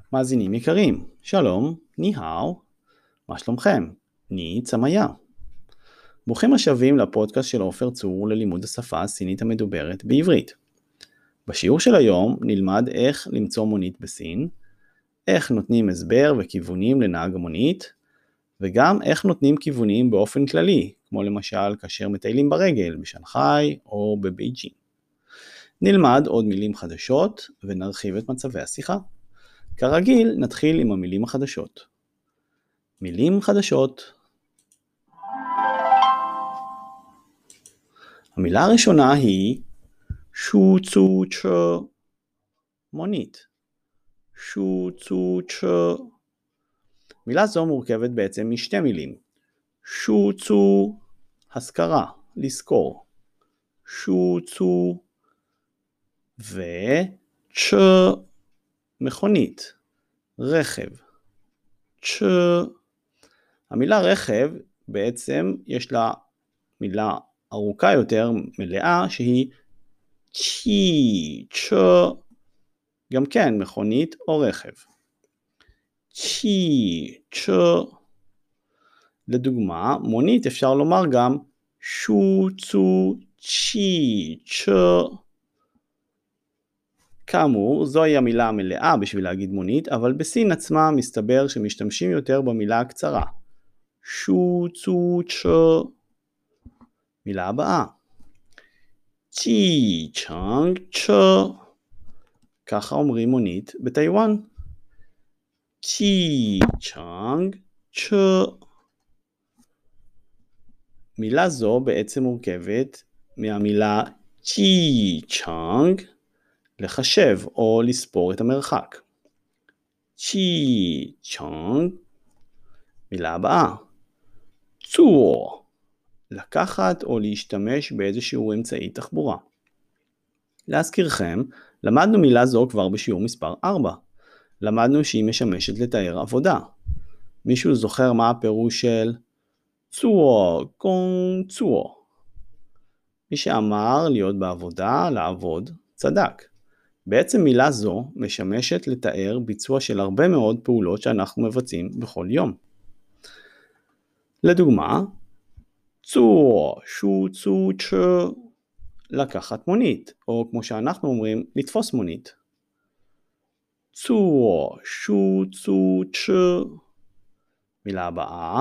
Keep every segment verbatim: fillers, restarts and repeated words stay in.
מאזינים יקרים, שלום, ניהאו, מה שלומכם? ני צמיה. ברוכים השבים לפודקאסט של עופר צור ללימוד השפה הסינית המדוברת בעברית. בשיעור של היום נלמד איך למצוא מונית בסין, איך נותנים הסבר וכיוונים לנהג המונית, וגם איך נותנים כיוונים באופן כללי, כמו למשל כאשר מטיילים ברגל בשנגחאי או בבייג'ין. נלמד עוד מילים חדשות ונרחיב את מצבי השיחה. כרגיל נתחיל עם המילים החדשות. מילים חדשות. המילה הראשונה היא שו צו צ'ה, מונית. שו צו צ'ה. מילה זו מורכבת בעצם משתי מילים. שו צו, השכרה, לזכור. שו צו ו צ'ה, מכונית, רכב. צ'ה. המילה רכב בעצם יש לה מילה ארוכה יותר, מלאה, שהיא צ'י, צ'ה, גם כן מכונית או רכב. צ'י, צ'ה. לדוגמה, מונית אפשר לומר גם שו צו צ'י, צ'ה. כאמור, זוהי המילה המלאה בשביל להגיד מונית, אבל בסין עצמה מסתבר שמשתמשים יותר במילה הקצרה. שו צו צ'ה. מילה הבאה. ג'י צ'אנג צ'ה. ככה אומרים מונית בטיואן. ג'י צ'אנג צ'ה. מילה זו בעצם מורכבת מהמילה ג'י צ'אנג, לחשב או לספור את המרחק. ג'י צ'אנג. מילה הבאה. צור. לקחת או להשתמש באיזשהו אמצעי תחבורה. להזכירכם, למדנו מילה זו כבר בשיעור מספר ארבע. למדנו שהיא משמשת לתאר עבודה. מישהו זוכר מה הפירוש של צור גונג צור? מי שאמר להיות בעבודה, לעבוד, צדק. בעצם מילה זו משמשת לתאר ביצוע של הרבה מאוד פעולות שאנחנו מבצעים בכל יום. לדוגמה, צור שו צו צ'ה, לקחת מונית, או כמו שאנחנו אומרים, לתפוס מונית. צור שו צו צ'ה. מילה הבאה,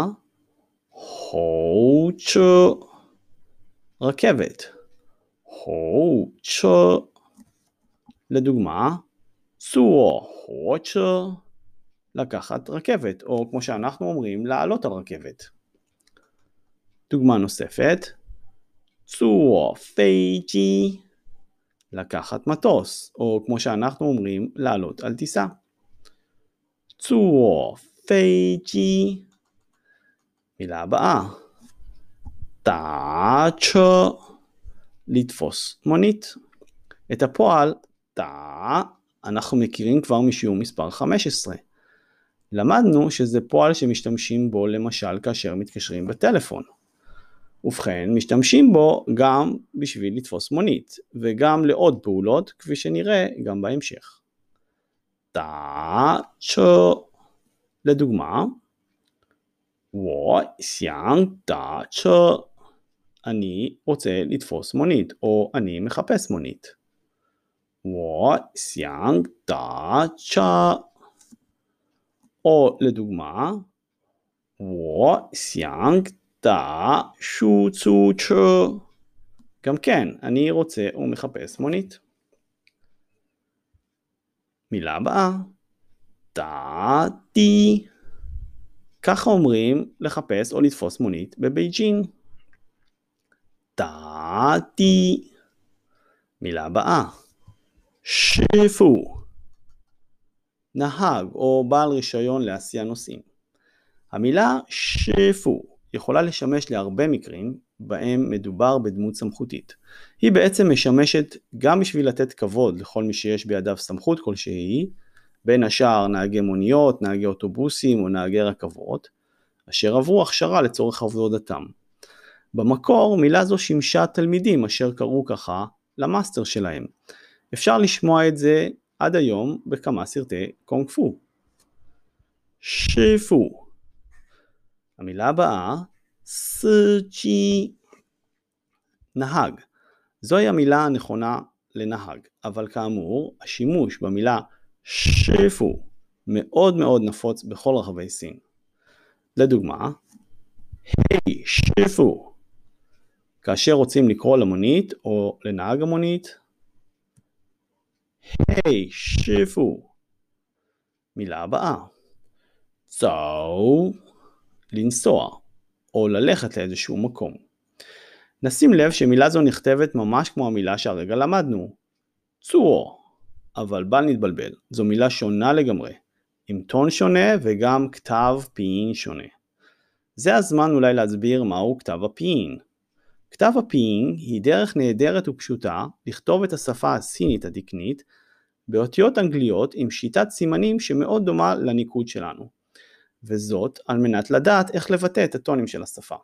הו צ'ה, רכבת. הו צ'ה. לדוגמה, צור הו צ'ה, לקחת רכבת, או כמו שאנחנו אומרים, לעלות על רכבת. דוגמה נוספת, צור פי ג'י, לקחת מטוס, או כמו שאנחנו אומרים, לעלות על טיסה. צור פי ג'י. מילה הבאה, טה צ'ה, לתפוס מונית. את הפועל טה אנחנו מכירים כבר משיעור מספר חמש עשרה. למדנו שזה פועל שמשתמשים בו למשל כאשר מתקשרים בטלפון. ובכן, משתמשים בו גם בשביל לתפוס מונית, וגם לעוד פעולות, כפי שנראה גם בהמשך. טה צ'ה. לדוגמה, וו xiang טה צ'ה, אני רוצה לתפוס מונית, או אני מחפש מונית. וו xiang טה צ'ה. או לדוגמה, וו xiang טה שו צו צ'ה. גם כן, אני רוצה ומחפש מונית. מילה הבאה, טה די. ככה אומרים לחפש או לתפוס מונית בבייג'ין. טה די. מילה הבאה, שיפו. נהג או בעל רישיון להסיע נוסעים. המילה שיפו יכולה לשמש להרבה מקרים בהם מדובר בדמות סמכותית. היא בעצם משמשת גם בשביל לתת כבוד לכל מי שיש בידיו סמכות כלשהי, בין השאר נהגי מוניות, נהגי אוטובוסים או נהגי רכבות, אשר עברו הכשרה לצורך עבודתם. במקור מילה זו שימשה תלמידים אשר קראו ככה למאסטר שלהם. אפשר לשמוע את זה עד היום בכמה סרטי קונג פו. 师傅. המילה הבאה, סג'י, נהג. זוהי המילה הנכונה לנהג, אבל כאמור, השימוש במילה שיפו מאוד מאוד נפוץ בכל רחבי סין. לדוגמה, היי שיפו, כאשר רוצים לקרוא למונית או לנהג המונית, היי שיפו. מילה הבאה, צאו, לנסוע או ללכת לאיזשהו מקום. נשים לב שמילה זו נכתבת ממש כמו המילה שהרגע למדנו, צאו, אבל בל נתבלבל, זו מילה שונה לגמרי, עם טון שונה וגם כתב פיין שונה. זה הזמן אולי להסביר מהו כתב הפיין. כתב הפיין היא דרך נהדרת ופשוטה לכתוב את השפה הסינית התקנית באותיות אנגליות עם שיטת סימנים שמאוד דומה לניקוד שלנו, וזאת על מנת לדעת איך לבטא את הטונים של השפה.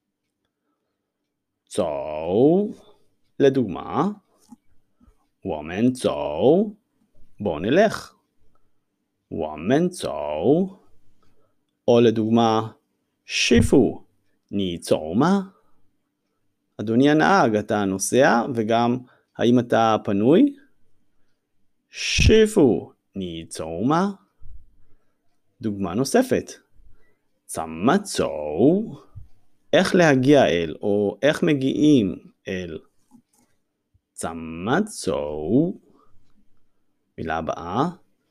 צאו, לדוגמה, וואמן צאו, בוא נלך. וואמן צאו, או לדוגמה, שיפו, ני צאו מה? אדוני הנהג, אתה נוסע וגם האם אתה פנוי? שיפו, ני צאו מה? דוגמה נוספת, צמה צאו, איך להגיע אל או איך מגיעים אל. צמה צאו. מילה הבאה,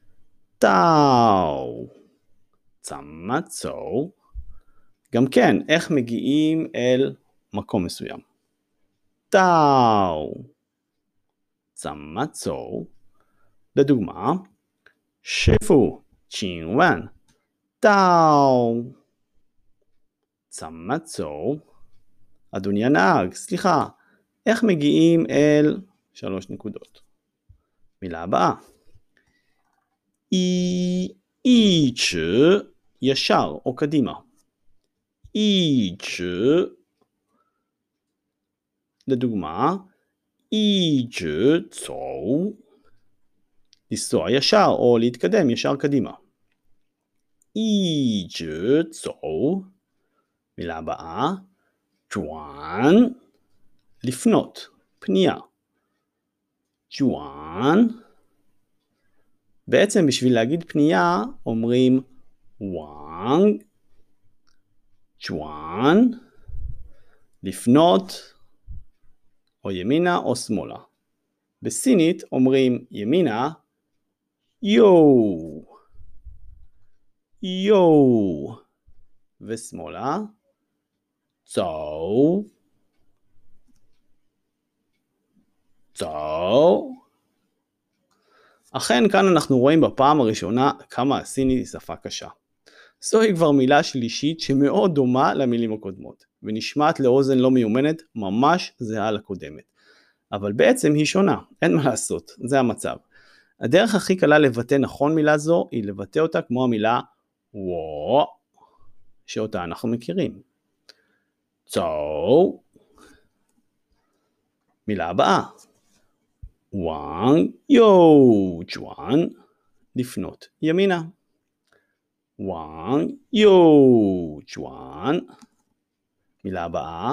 טאו. צמה צאו. גם כן, איך מגיעים אל מקום מסוים. טאו. צמה צאו. לדוגמה, שיפו, צ'ינואן, טאו. צמה צאו. אדוני הנהג, סליחה, איך מגיעים אל שלוש נקודות. מילה הבאה, אי, איץ', ישר או קדימה. איץ', לדוגמה, איץ' צאו, לנסוע ישר או להתקדם ישר קדימה. איץ' צאו. מילה הבאה, ג'ואן, לפנות, פנייה. ג'ואן. בעצם בשביל להגיד פנייה אומרים וואנג, ג'ואן, לפנות, או ימינה או שמאלה. בסינית אומרים ימינה, יו, יו, ושמאלה, צאו, צאו. אכן כאן אנחנו רואים בפעם הראשונה כמה הסינית היא שפה קשה. זוהי כבר מילה שלישית שמאוד דומה למילים הקודמות, ונשמעת לאוזן לא מיומנת ממש זהה לקודמת. אבל בעצם היא שונה, אין מה לעשות, זה המצב. הדרך הכי קלה לבטא נכון מילה זו היא לבטא אותה כמו המילה וואו, שאותה אנחנו מכירים. צאו. מילה הבאה, וואנג יו ג'ואן, לפנות ימינה. וואנג יו ג'ואן. מילה הבאה,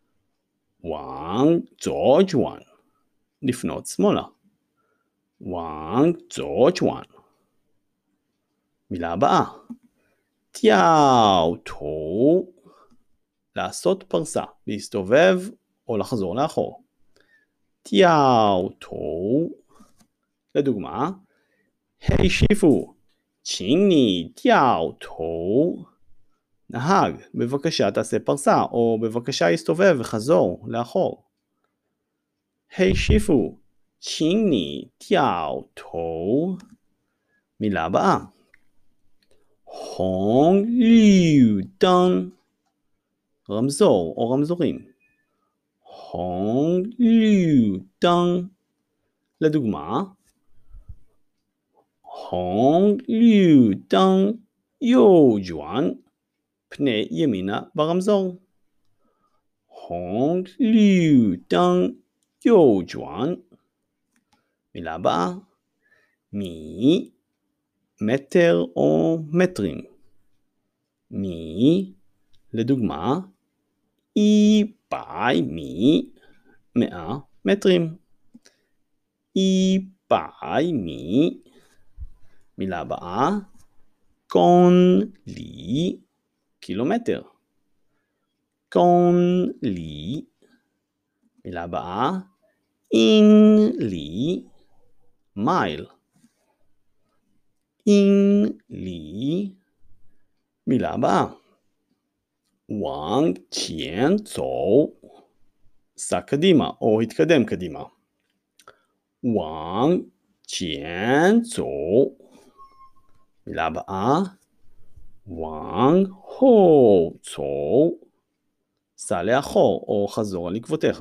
וואנג צאו ג'ואן, לפנות שמאלה. וואנג צאו ג'ואן. מילה הבאה, טיאו טו, לעשות פרסה, להסתובב או לחזור לאחור. טיאו טו. לדוגמה, היי שיפו, צ'יני טיאו טו. נהג, בבקשה תעשה פרסה, או בבקשה הסתובב וחזור לאחור. היי שיפו, צ'יני טיאו טו. מילה הבאה, הונג ליו דן, רמזור או רמזורים. הונג ליו דן. לדוגמה, הונג ליו דן יו ג'ואן, פני ימינה ברמזור. הונג ליו דן יו ג'ואן. מילה הבאה, מי, מטר או מטרים. מי, לדוגמה, אי פאי מי מאה מטרים. אי פאי מי, מילה הבאה, קון לי קילומטר. קון לי, מילה הבאה, אין לי מייל. אין לי, מילה הבאה, וואנג טיין צו, סע קדימה או התקדם קדימה. וואנג טיין צו, מילה הבאה, וואנג הו צו, סע לאחור או חזור על עקבותיך.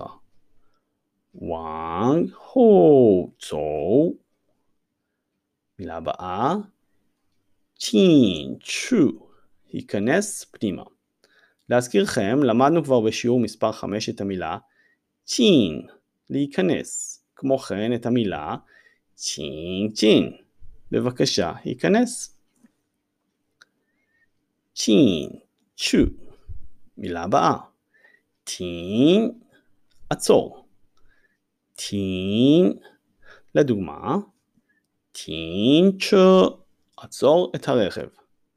וואנג הו צו, מילה הבאה, צ'ין צ'ו, היכנס פנימה. להזכירכם, למדנו כבר בשיעור מספר חמש את המילה צ'ין, להיכנס. כמו כן את המילה צ'ין צ'ין, בבקשה היכנס. צ'ין צ'ו, מילה הבאה, טין, עצור. טין, לדוגמה, טין צ'ו, עצור את הרכב.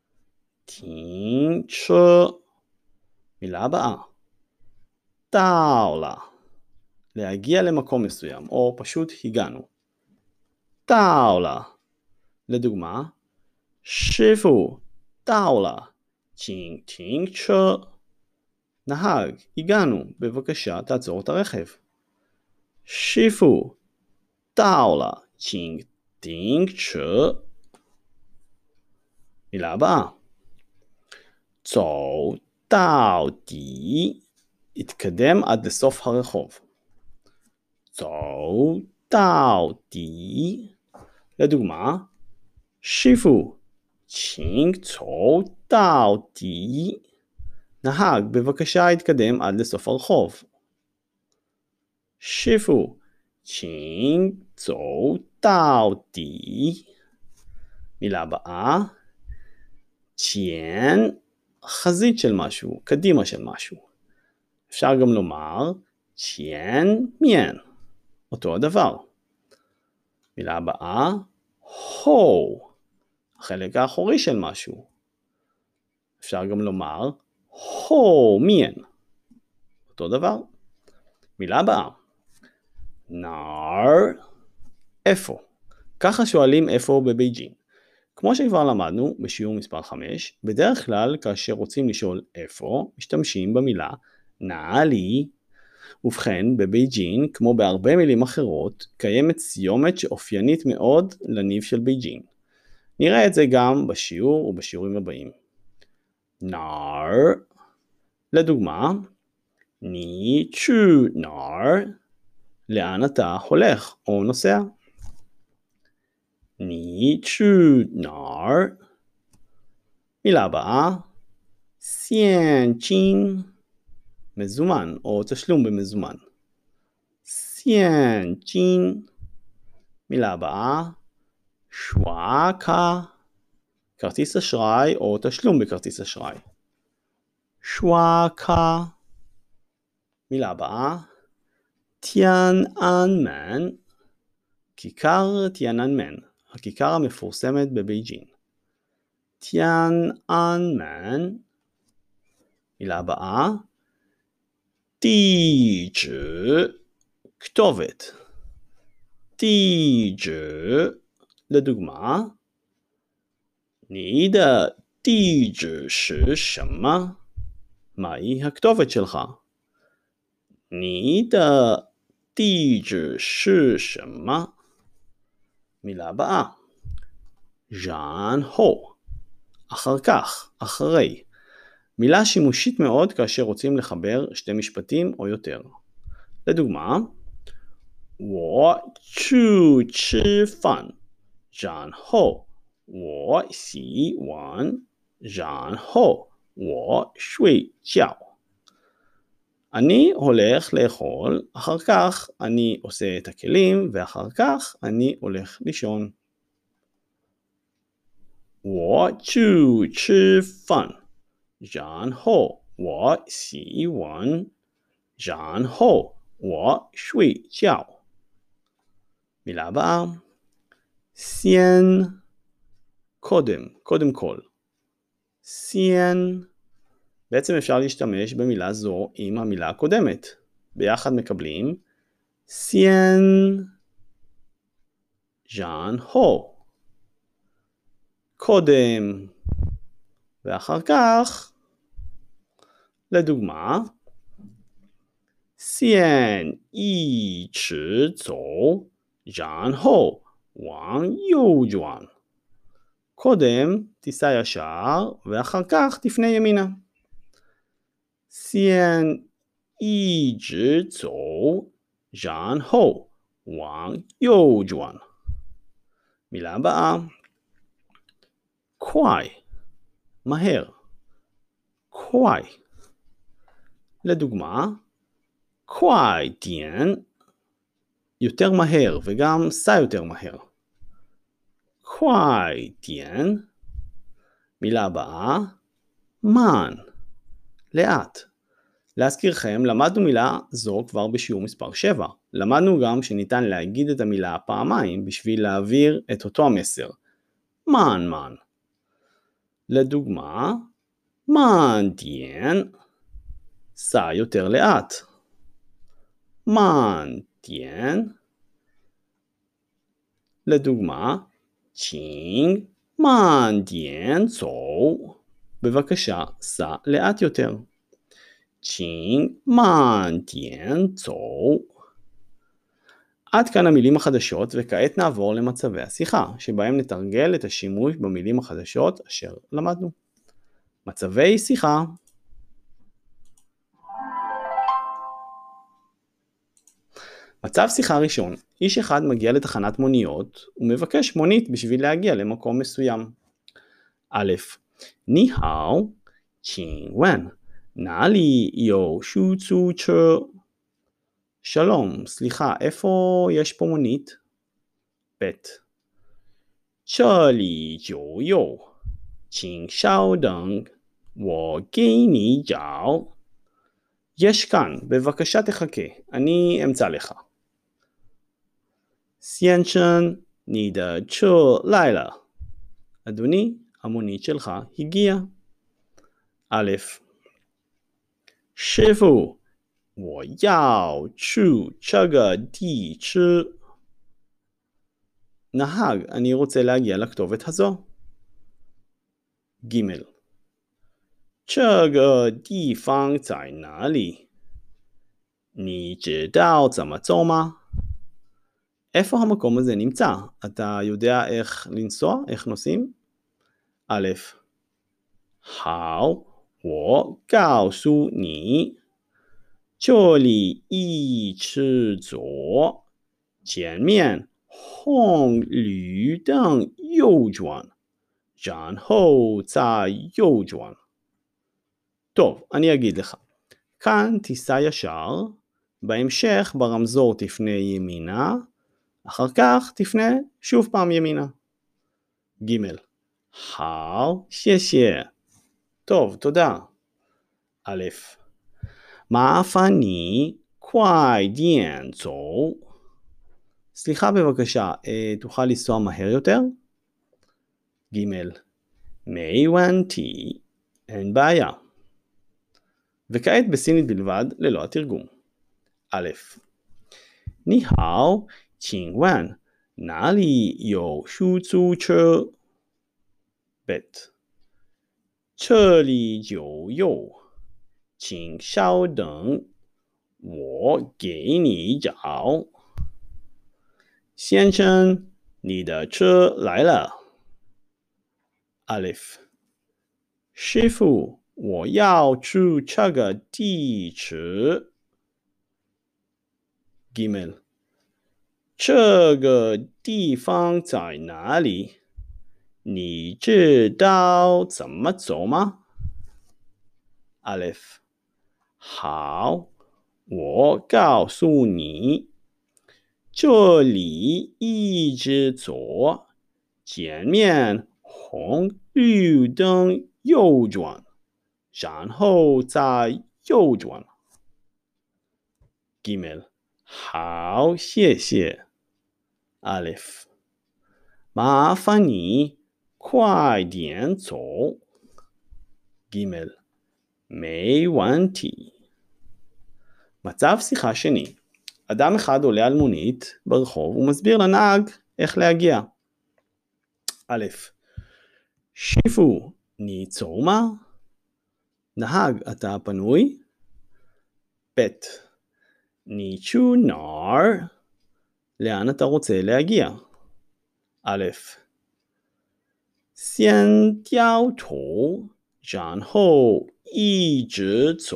טין צ'ו, מילה הבאה, טאולה, להגיע למקום מסוים או פשוט הגענו. טאולה, לדוגמה, שיפו, טאולה, צ'ינג צ'ינג צ'ו, נהג, הגענו, בבקשה תעצור את הרכב. שיפו, טאולה, צ'ינג צ'ינג צ'ו, מילה הבאה, צו טאו די, התקדם עד לסוף הרחוב. צו טאו די, לדוגמה, שיפו, צ'ינג צו טאו די, נהג, בבקשה התקדם עד לסוף הרחוב. שיפו, צ'ינג צו טאו די, מילה הבאה, ציין, חזית של משהו, קדימה של משהו. אפשר גם לומר ציין מיין, אותו הדבר. מילה הבאה, הו, החלק האחורי של משהו. אפשר גם לומר הו מיין, אותו דבר. מילה הבאה, נאר, איפה. ככה שואלים איפה בבייג'ין. כמו שכבר למדנו בשיעור מספר חמש, בדרך כלל כאשר רוצים לשאול איפה, משתמשים במילה נעלי. ובכן, בבייג'ין, כמו בהרבה מילים אחרות, קיימת סיומת שאופיינית מאוד לניב של בייג'ין. נראה את זה גם בשיעור ובשיעורים הבאים. נאר, לדוגמה, ני צ'ו נאר, לאן אתה הולך או נוסע? ני צ'ו נאר, מילה הבאה, סיין צ'ין, מזומן או תשלום במזומן. סיין צ'ין, מילה הבאה, שוואקה, כרטיס אשראי או תשלום בכרטיס אשראי. שוואקה, מילה הבאה, טיאנאנמן, כיכר טיאנאנמן, הכיכר המפורסמת בבייג'ין. טיאנאנמן, מילה הבאה, דיג'ה, כתובת. דיג'ה, לדוגמה, ני דה דיג'ה ששמה, מהי הכתובת שלך? ני דה דיג'ה ששמה, מילה הבאה, ז'אן הו, אחר כך, אחרי. מילה שימושית מאוד כאשר רוצים לחבר שתי משפטים או יותר. לדוגמה, 我去吃饭，然后我洗碗，然后我睡觉。אני הולך לאכול, אחר כך אני עושה את הכלים, ואחר כך אני הולך לישון. 我去吃饭， 然后我洗碗，然后我睡觉. מילה הבאה, סien, קודם, קודם כל. סien, בעצם אפשר להשתמש במילה זו עם המילה הקודמת. ביחד מקבלים סien, ז'אן הו. קודם, ואחר כך, לדוגמה, סien אי צ'י צו, ז'אן הו, וואן יו ג'ואן. קודם תיסע ישר, ואחר כך תפנה ימינה. סien אי צ'י צו, ז'אן הו, וואן יו ג'ואן. מילה הבאה, קוואי, מהר. קוואי. לדוגמה, קוואי דיין, יותר מהר וגם סע יותר מהר. קוואי דיין. מילה הבאה, מן, לאט. להזכירכם, למדנו מילה זו כבר בשיעור מספר שבע. למדנו גם שניתן להגיד את המילה פעמיים בשביל להעביר את אותו המסר. מן מן. לדוגמה, מן דיין, סע יותר לאט. מן דיין. לדוגמה, צ'ינג מן דיין צו, בבקשה סע לאט יותר. צ'ינג מן דיין צו. עד כאן המילים החדשות, וכעת נעבור למצבי השיחה, שבהם נתרגל את השימוש במילים החדשות אשר למדנו. מצבי שיחה. מצב שיחה ראשון, איש אחד מגיע לתחנת מוניות ומבקש מונית בשביל להגיע למקום מסוים. א', ני האו, צ'ינג ון, נעלי יו שו צו צ'ו. שלום, סליחה, איפה יש פה מונית? ב', 这里就有，请稍等，我给你找. יש כאן, בבקשה תחכה, אני אמצא לך. 先生，你的车来了. אדוני, המונית שלך הגיעה. א', 师傅，我要去这个地吃. נהג, אני רוצה להגיע לכתובת הזו. ג' 这个地方在哪里？你知道怎么走吗？ איפה המקום הזה נמצא? אתה יודע איך לנסוע? איך נוסעים? א', 好，我告诉你，这里一直走，前面红绿灯右转，然后再右转. טוב, אני אגיד לך. כאן תיסע ישר, בהמשך ברמזור תפנה ימינה, אחר כך תפנה שוב פעם ימינה. ג' 好，谢谢. טוב, תודה. א', 麻烦你快点走. סליחה בבקשה, תוכל לנסוע מהר יותר? ג' 没问题, אין בעיה. וכעת בסינית בלבד ללא התרגום. א', 你好，请问哪里有出租车？ ב' 这里就有，请稍等，我给你找。先生，你的车来了。アレフ、师傅，我要去这个地址。ギメル、这个地方在哪里？你知道怎么走吗？アレフ、好，我告诉你，这里一直走，前面红绿灯右转， 然后再右转。גימל, 好，谢谢。א', 麻烦你快点走。גימל, 没问题。מצב שיחה שני. אדם אחד עולה על מונית ברחוב ומסביר לנהג איך להגיע. א', 师傅你走吗? נהג, אתה פנוי? ב', 你去哪儿? לאן אתה רוצה להגיע? א', 先掉头然后一直走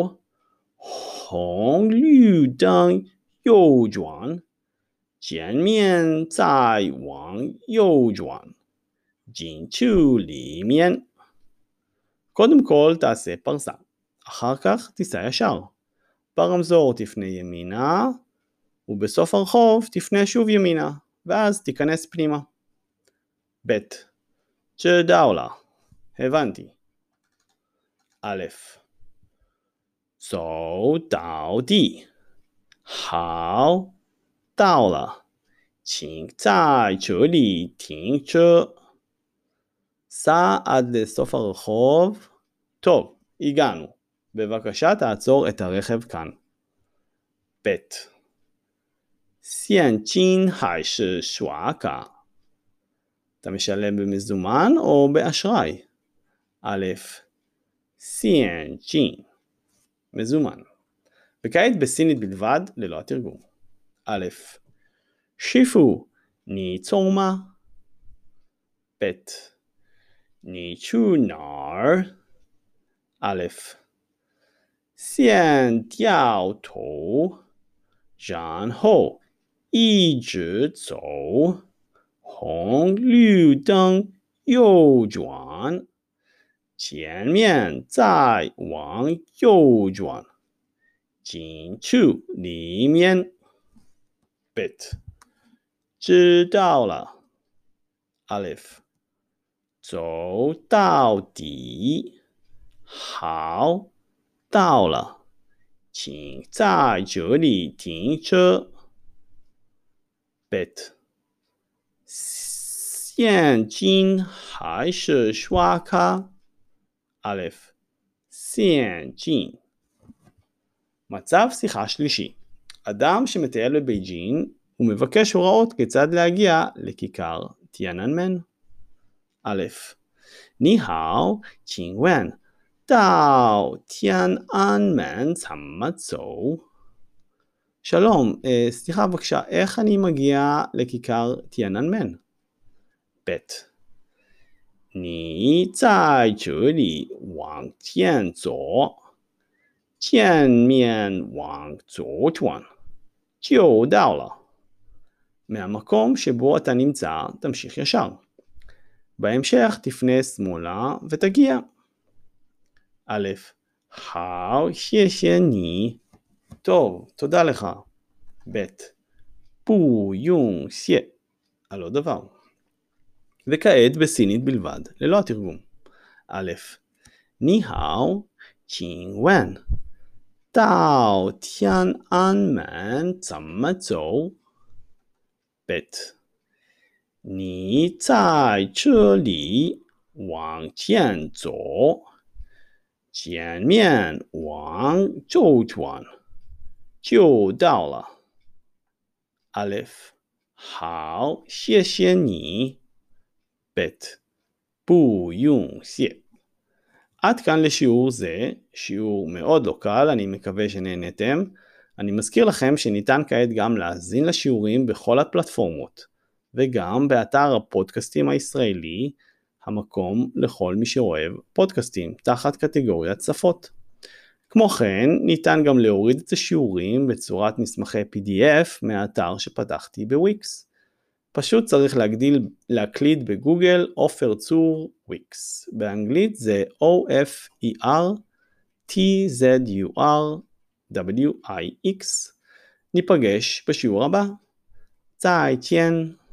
红绿灯右转前面再往右转进去里面. קודם כל תעשה פרסה, אחר כך תיסע ישר. ברמזור תפנה ימינה, ובסוף הרחוב תפנה שוב ימינה, ואז תיכנס פנימה. ב', 知道了, הבנתי. א', 走到地，好，到了，请在这里停车。סע עד לסוף הרחוב. טוב, הגענו. בבקשה תעצור את הרכב כאן. ב', 现金还是刷卡? אתה משלם במזומן או באשראי? א', 现金, מזומן. וכעת בסינית בלבד ללא התרגום. א', 师傅你走吗? ב', 你去哪儿? א', 先掉头然后一直走红绿灯右转前面再往右转进去里面。 bit 知道了。 Aleph 走到底。好，到了，请在这里停车。 bit 现金还是刷卡? Aleph 现金. מצב שיחה שלישי. אדם שמטייל בבייג'ין ומבקש הוראות כיצד להגיע לכיכר תיאננמן. א', 你好，请问到天安门怎么走? שלום, סליחה בבקשה, איך אני מגיע לכיכר תיאננמן? ב', 你在这里往前走，前面往左转，就到了. מהמקום שבו אתה נמצא, תמשיך ישר. בהמשך תפנה שמאלה ותגיע. א', 好，谢谢你. טוב, תודה לך. ב', 不用谢. על עוד דבר. וכעת בסינית בלבד, ללא התרגום. א', 你好，请问到天安门怎么走? b' 你在这里往前走，前面往右转，就到了。 Aleph 好，谢谢你。 b' 不用谢. עד כאן לשיעור זה, שיעור מאוד לא קל, אני מקווה שנהנתם. אני מזכיר לכם שניתן כעת גם להאזין לשיעורים בכל הפלטפורמות, וגם באתר הפודקאסטים הישראלי, המקום לכל מי שאוהב פודקאסטים, תחת קטגוריית שפות. כמו כן, ניתן גם להוריד את השיעורים בצורת מסמכי פי די אף מהאתר שפתחתי בוויקס. פשוט צריך להגדיל, להקליד בגוגל עופר צור וויקס. באנגלית זה O F E R T Z U R W I X. ניפגש בשיעור הבא. 再见.